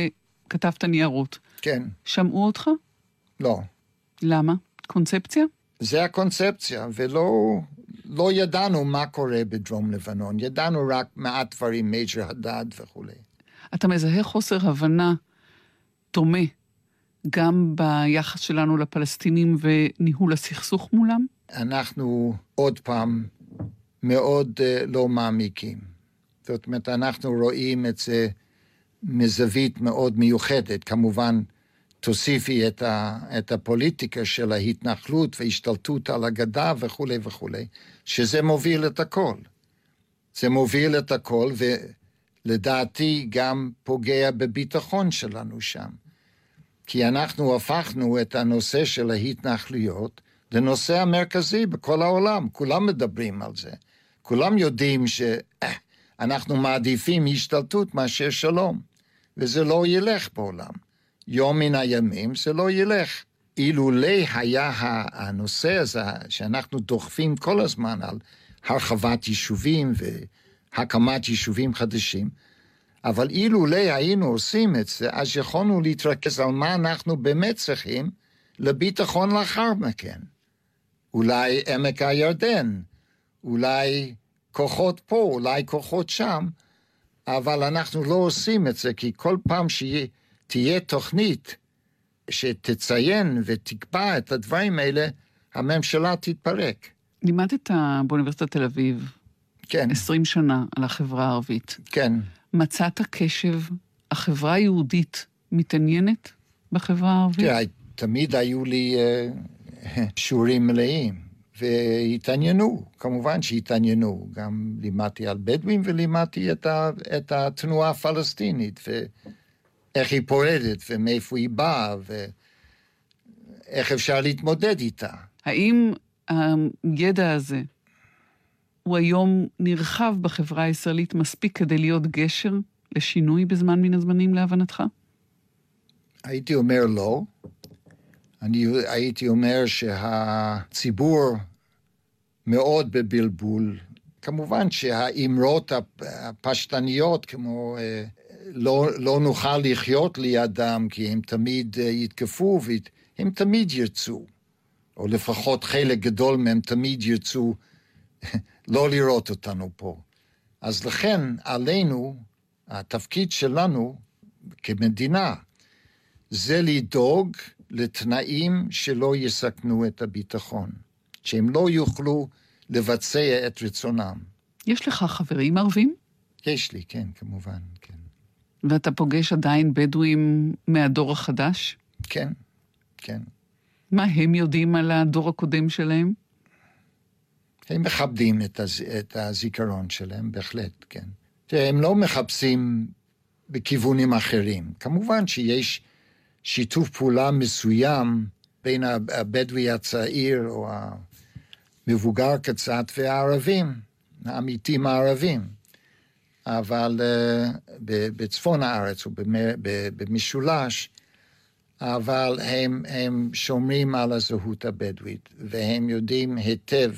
Speaker 3: כתבת ניירות.
Speaker 4: כן.
Speaker 3: שמעו אותך?
Speaker 4: לא.
Speaker 3: למה? קונספציה?
Speaker 4: זה הקונספציה, ולא לא ידענו מה קורה בדרום לבנון. ידענו רק מעט דברים, מייג'ר הדד וכו'.
Speaker 3: אתה מזהה חוסר הבנה דומה גם ביחס שלנו לפלסטינים וניהול הסכסוך מולם?
Speaker 4: אנחנו עוד פעם מאוד uh, לא מעמיקים. זאת אומרת, אנחנו רואים את זה מזווית מאוד מיוחדת. כמובן, תוסיפי את, ה, את הפוליטיקה של ההתנחלות והשתלטות על הגדה וכו' וכו', שזה מוביל את הכל. זה מוביל את הכל, ולדעתי גם פוגע בביטחון שלנו שם. כי אנחנו הפכנו את הנושא של ההתנחלויות לנושא המרכזי בכל העולם. כולם מדברים על זה. כולם יודעים שאנחנו מעדיפים השתלטות מאשר שלום. וזה לא ילך בעולם. יום מן הימים זה לא ילך. אילולי היה הנושא הזה שאנחנו דוחפים כל הזמן על הרחבת יישובים והקמת יישובים חדשים, אבל אילולי היינו עושים את זה, אז יכולנו להתרכז על מה אנחנו באמת צריכים לביטחון לאחר מכן. אולי עמק הירדן, אולי כוחות פה, אולי כוחות שם, אבל אנחנו לא עושים את זה, כי כל פעם שתהיה תוכנית שתציין ותקבע את הדברים האלה, הממשלה תתפרק.
Speaker 3: לימדת באוניברסיטת תל אביב,
Speaker 4: כן.
Speaker 3: עשרים שנה על החברה הערבית.
Speaker 4: כן.
Speaker 3: מצאת קשב, החברה היהודית מתעניינת בחברה הערבית?
Speaker 4: תראה, תמיד היו לי uh, שיעורים מלאים. והתעניינו, כמובן שהתעניינו, גם לימדתי על בדואים ולימדתי את, ה, את התנועה הפלסטינית, ואיך היא פועלת ומאיפה היא באה, ואיך אפשר להתמודד איתה.
Speaker 3: האם הידע הזה הוא היום נרחב בחברה הישראלית מספיק כדי להיות גשר לשינוי בזמן מן הזמנים להבנתך?
Speaker 4: הייתי אומר לא. אני הייתי אומר שהציבור מאוד בבלבול. כמובן שהאמרות הפשטניות, כמו לא, לא נוכל לחיות לידם, כי הם תמיד יתקפו, והם תמיד ירצו, או לפחות חלק גדול מהם תמיד ירצו לא לראות אותנו פה. אז לכן עלינו, התפקיד שלנו כמדינה, זה לדאוג לתנאים שלא יסכנו את הביטחון, שהם לא יוכלו לבצע את רצונם.
Speaker 3: יש לך חברים ערבים?
Speaker 4: יש לי, כן, כמובן, כן.
Speaker 3: ואתה פוגש עדיין בדואים מהדור החדש?
Speaker 4: כן, כן.
Speaker 3: מה הם יודעים על הדור הקודם שלהם?
Speaker 4: הם מכבדים את, הז... את הזיכרון שלהם, בהחלט, כן. הם לא מחפשים בכיוונים אחרים. כמובן שיש שיתוף פעולה מסוים בין הבדואי הצעיר או המבוגר קצת והערבים, העמיתים הערבים. אבל uh, בצפון הארץ או במשולש, אבל הם, הם שומרים על הזהות הבדואית, והם יודעים היטב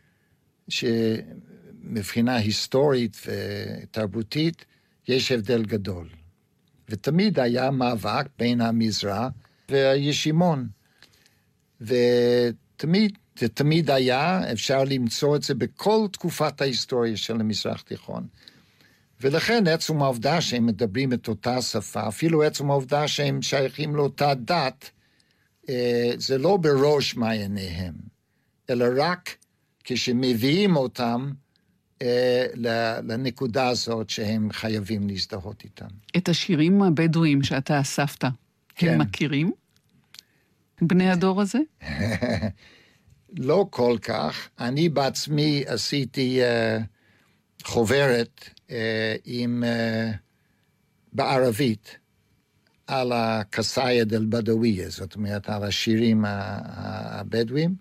Speaker 4: שמבחינה היסטורית ותרבותית יש הבדל גדול. ותמיד היה מאבק בין המזרע והישימון. ותמיד, זה תמיד היה, אפשר למצוא את זה בכל תקופת ההיסטוריה של המזרח תיכון. ולכן עצם העובדה שהם מדברים את אותה שפה, אפילו עצם העובדה שהם שייכים לאותה דת, זה לא בראש מעייניהם, אלא רק כשמביאים אותם לנקודה הזאת שהם חייבים להזדהות איתם.
Speaker 3: את השירים הבדואים שאתה אספת, כן. הם מכירים? בני הדור הזה?
Speaker 4: לא כל כך. אני בעצמי עשיתי uh, חוברת uh, עם, uh, בערבית על הקסאיד אל-בדוויה, זאת אומרת על השירים הבדואים,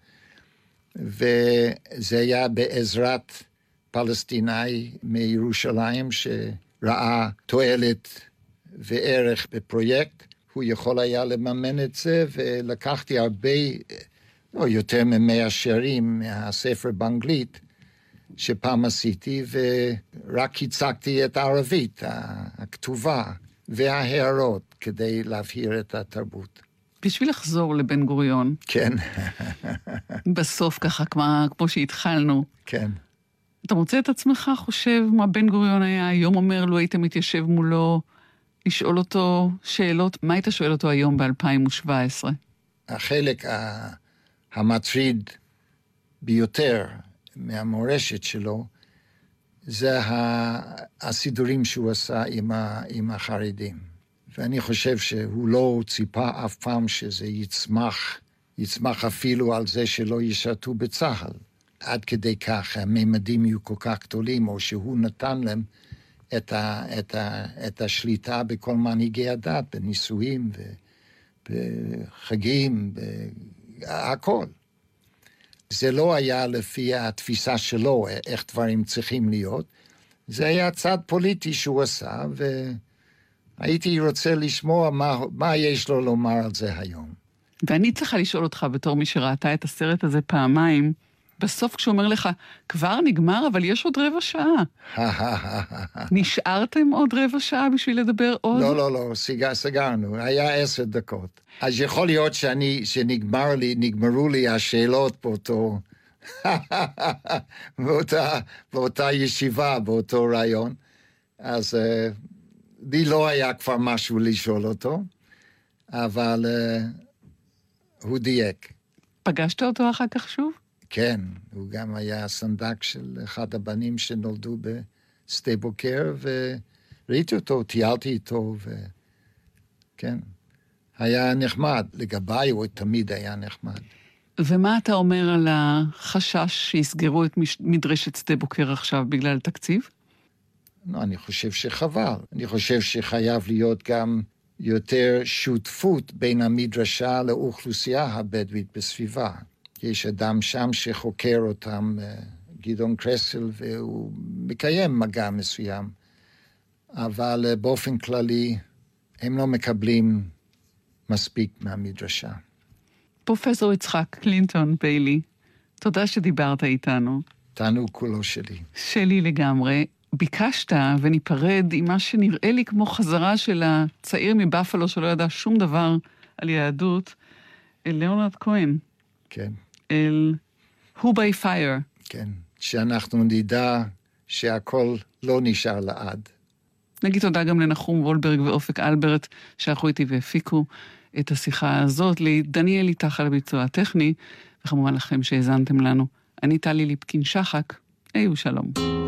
Speaker 4: וזה היה בעזרת פלסטיני מירושלים שראה תועלת וערך בפרויקט, הוא יכול היה לממן את זה, ולקחתי הרבה, או יותר ממאה שירים מהספר באנגלית, שפעם עשיתי, ורק הצגתי את הערבית, הכתובה, וההערות כדי להבהיר את התרבות.
Speaker 3: בשביל לחזור לבן גוריון.
Speaker 4: כן.
Speaker 3: בסוף ככה, כמו, כמו שהתחלנו.
Speaker 4: כן.
Speaker 3: אתה מוצא את עצמך חושב מה בן גוריון היה היום אומר לו היית מתיישב מולו, לשאול אותו שאלות, מה היית שואל אותו היום ב-אלפיים שבע עשרה?
Speaker 4: החלק המטריד ביותר מהמורשת שלו, זה הסידורים שהוא עשה עם, ה, עם החרדים. ואני חושב שהוא לא ציפה אף פעם שזה יצמח, יצמח אפילו על זה שלא ישרתו בצהל. עד כדי כך הממדים יהיו כל כך גדולים, או שהוא נתן להם את, ה, את, ה, את השליטה בכל מנהיגי הדת, בנישואים ובחגים, הכל. זה לא היה לפי התפיסה שלו, איך דברים צריכים להיות. זה היה צד פוליטי שהוא עשה, והייתי רוצה לשמוע מה, מה יש לו לומר על זה היום.
Speaker 3: ואני צריכה לשאול אותך, בתור מי שראתה את הסרט הזה פעמיים, בסוף כשהוא אומר לך, כבר נגמר, אבל יש עוד רבע שעה. נשארתם עוד רבע שעה בשביל לדבר עוד?
Speaker 4: לא, לא, לא, סגר, סגרנו, היה עשר דקות. אז יכול להיות שאני, שנגמר לי, נגמרו לי השאלות באותו, באותה, באותה ישיבה, באותו רעיון. אז uh, לי לא היה כבר משהו לשאול אותו, אבל uh, הוא דייק.
Speaker 3: פגשת אותו אחר כך שוב?
Speaker 4: כן, הוא גם היה סנדק של אחד הבנים שנולדו בשדה בוקר, וראיתי אותו, טיילתי איתו, וכן, היה נחמד. לגביי הוא תמיד היה נחמד.
Speaker 3: ומה אתה אומר על החשש שיסגרו את מדרשת שדה בוקר עכשיו בגלל תקציב?
Speaker 4: לא, אני חושב שחבל. אני חושב שחייב להיות גם יותר שותפות בין המדרשה לאוכלוסייה הבדואית בסביבה. יש אדם שם שחוקר אותם, גדעון קרסל, והוא מקיים מגע מסוים. אבל באופן כללי, הם לא מקבלים מספיק מהמדרשה.
Speaker 3: פרופסור יצחק קלינטון ביילי, תודה שדיברת איתנו.
Speaker 4: תענוג כולו שלי. שלי
Speaker 3: לגמרי. ביקשת וניפרד עם מה שנראה לי כמו חזרה של הצעיר מבאפלו שלא ידע שום דבר על יהדות, אל ליאונרד כהן.
Speaker 4: כן.
Speaker 3: אל Who by Fire.
Speaker 4: כן, שאנחנו נדע שהכל לא נשאר לעד.
Speaker 3: נגיד תודה גם לנחום וולברג ואופק אלברט, שהלכו איתי והפיקו את השיחה הזאת, לדניאל איתך על הביצוע הטכני, וכמובן לכם שהזנתם לנו. אני טלי ליפקין שחק, היו שלום.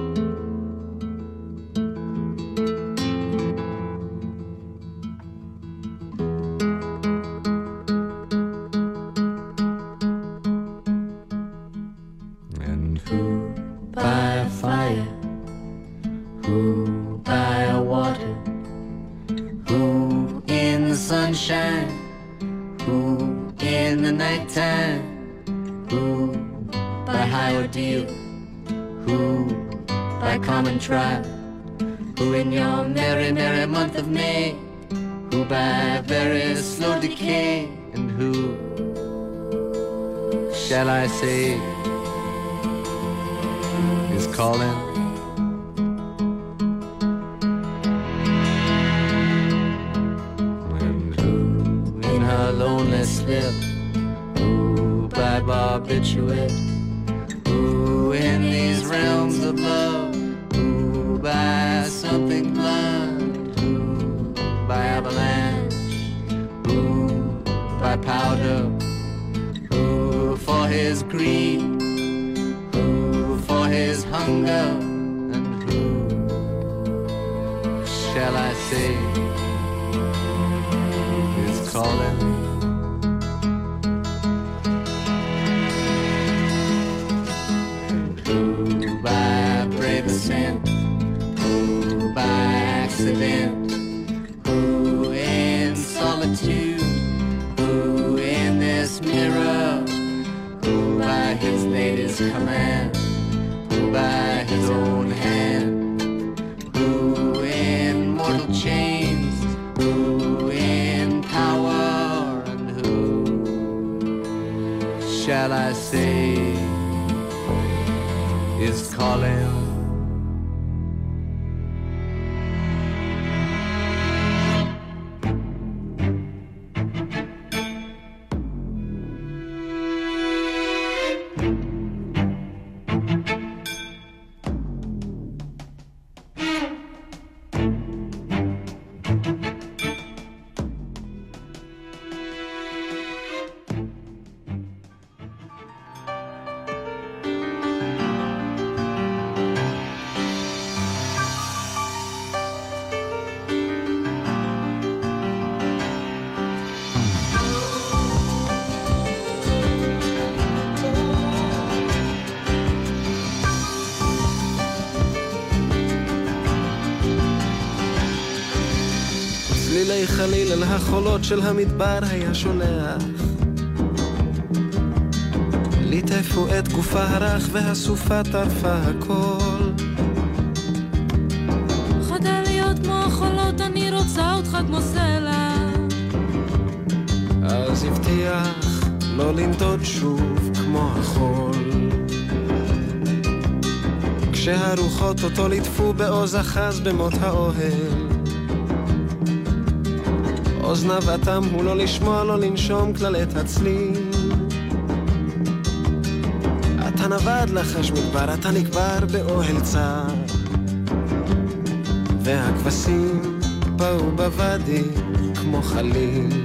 Speaker 5: Who in your merry, merry month of May, who by very slow decay, and who shall I say is calling? And who in her lonely slip, who by barbiturate, who in these realms of love, by something blunt, who by avalanche, who by powder, who for his greed, who for his hunger, and who shall I say is calling? And who by brave ascent, by accident, who in solitude, who in this mirror, who by his lady's command, who by his own hand, who in mortal chains, who in power, and who shall I say is calling?
Speaker 6: צלילי חליל אל החולות של המדבר היה שולח, ליטפו את גופה הרך והסופה טרפה הכל.
Speaker 7: חדל להיות כמו החולות, אני רוצה אותך כמו סלע.
Speaker 6: אז הבטיח לא לנדוד שוב כמו החול, כשהרוחות אותו ליטפו בעוז אחז במות האוהל. אוזניו אטם הוא לא לשמוע, לא לנשום כלל את הצליל. אתה נבד לחש מדבר, אתה נקבר באוהל צר, והכבשים באו בוואדי כמו חליל.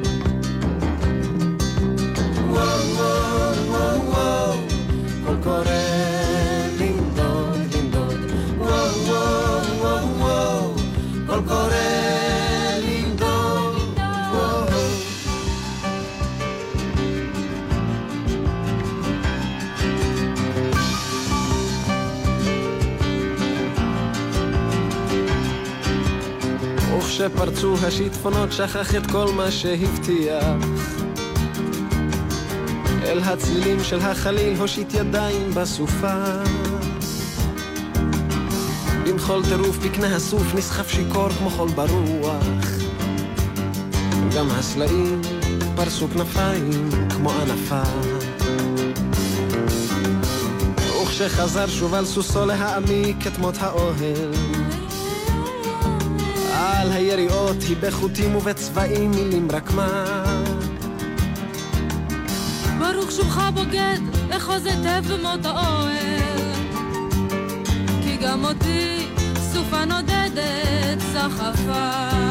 Speaker 6: וואו וואו וואו וואו, קול קורא לנדוד לנדוד. וואו וואו וואו וואו, קול קורא לנדוד. וואו. וכשפרצו השיטפונות שכח את כל מה שהבטיח, אל הצלילים של החליל הושיט ידיים בסופה. במחול טירוף בקנה הסוף נסחף שיקור כמו חול ברוח, גם הסלעים פרסו כנפיים כמו ענפה. וכשחזר שוב על סוסו להעמיק את מות האוהל, על היריעות היא בחוטים ובצבעים מילים רק מה.
Speaker 7: ברוך שובך בוגד, אחוז היטב במות האוהל, כי גם אותי סופה נודדת סחפה.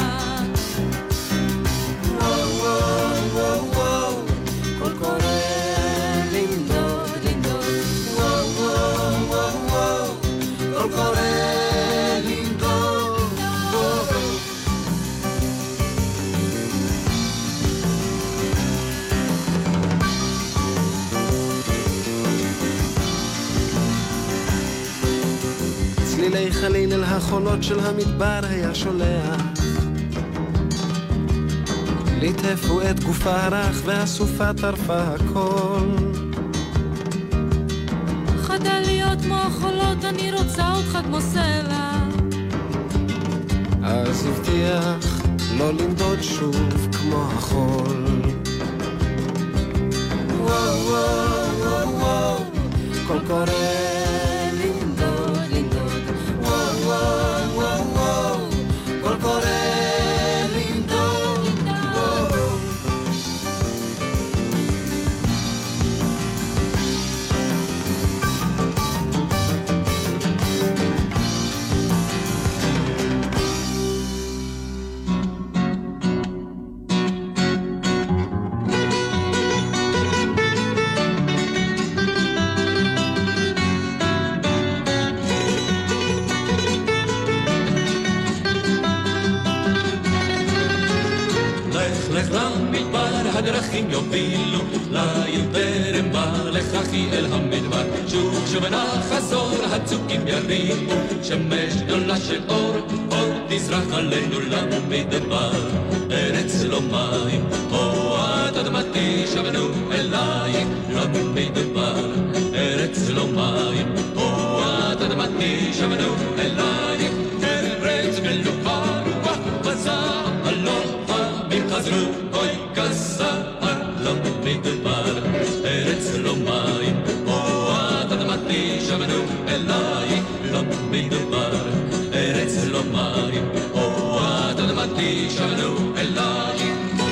Speaker 6: וואו וואו וואו וואו, קול קורא לנדוד לנדוד. וואו וואו וואו וואו, קול קורא לנדוד. צלילי חליל אל החולות של המדבר היה שולח, ליטפו את גופה הרך והסופה טרפה הכל.
Speaker 7: חדל להיות כמו החולות, אני רוצה אותך כמו סלע.
Speaker 6: אז הבטיח לא לנדוד שוב כמו החול. וואו וואו וואו וואו, קול קורא לנדוד לנדוד. וואו וואו וואו וואו, קול קורא לנדוד. וואו.
Speaker 8: הדרכים יובילו ליל טרם בא לך אחי אל המדבר. שוב שוב נחזור הצוקים ירימו שמש גדולה של אור, אור תזרח עלינו למדבר. ארץ לא מים הועד אדמתי שבנו אלייך למדבר. ארץ לא מים הועד אדמתי שבנו אלייך. ארץ מלוכה רוח בזעם הלוך עמים חזרו אוי כזער למדבר. ארץ לא מים הועד אדמתי שבנו אלייך למדבר. ארץ לא מים הועד אדמתי שבנו אלייך.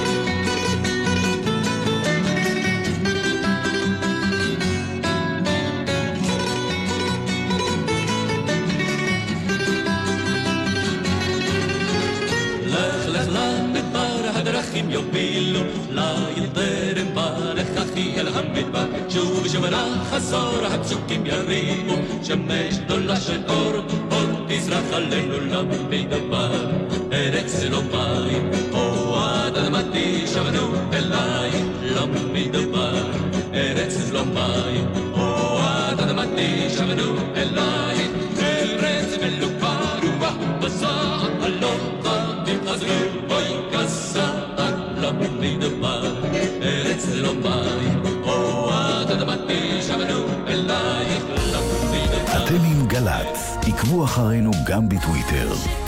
Speaker 8: הדרכים יובילו ליל טרם בא לך אחי אל המדבר. שוב שוב נחזור הצוקים ירימו שמש גדולה של אור, אור תזרח עלינו למדבר. ארץ לא מים הועד אדמתי שבנו אלייך למדבר. ארץ לא מים הועד אדמתי שבנו אלייך. ארץ מלוכה רוח בזעם הלוך עמים חזרו אוי כזער
Speaker 9: גם בטוויטר.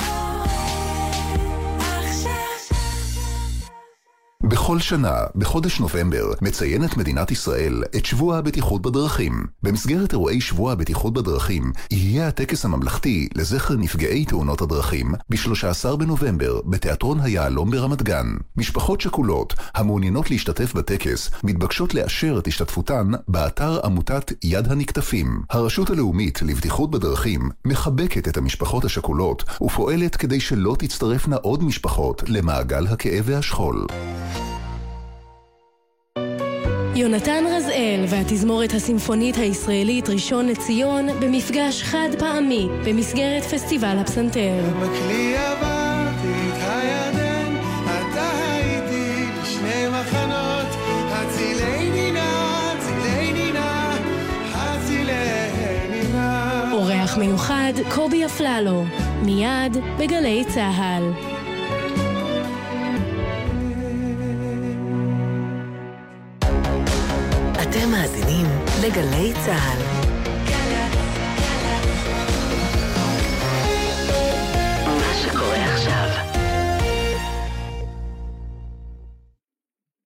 Speaker 9: בכל שנה, בחודש נובמבר, מציינת מדינת ישראל את שבוע הבטיחות בדרכים. במסגרת אירועי שבוע הבטיחות בדרכים, יהיה הטקס הממלכתי לזכר נפגעי תאונות הדרכים ב-שלושה עשר בנובמבר בתיאטרון היעלום ברמת גן. משפחות שכולות המעוניינות להשתתף בטקס מתבקשות לאשר את השתתפותן באתר עמותת יד הנקטפים. הרשות הלאומית לבטיחות בדרכים מחבקת את המשפחות השכולות ופועלת כדי שלא תצטרפנה עוד משפחות למעגל הכאב והשכול.
Speaker 10: יונתן רזאל והתזמורת הסימפונית הישראלית ראשון לציון במפגש חד פעמי במסגרת פסטיבל הפסנתר.
Speaker 11: בכלי עברתי את הירדן, אתה הייתי לשני מחנות, הצילי נינה, הצילי נינה, הצילי נינה.
Speaker 10: אורח מיוחד קובי אפללו, מיד בגלי צהל.
Speaker 1: אתם מאזינים לגלי צהל.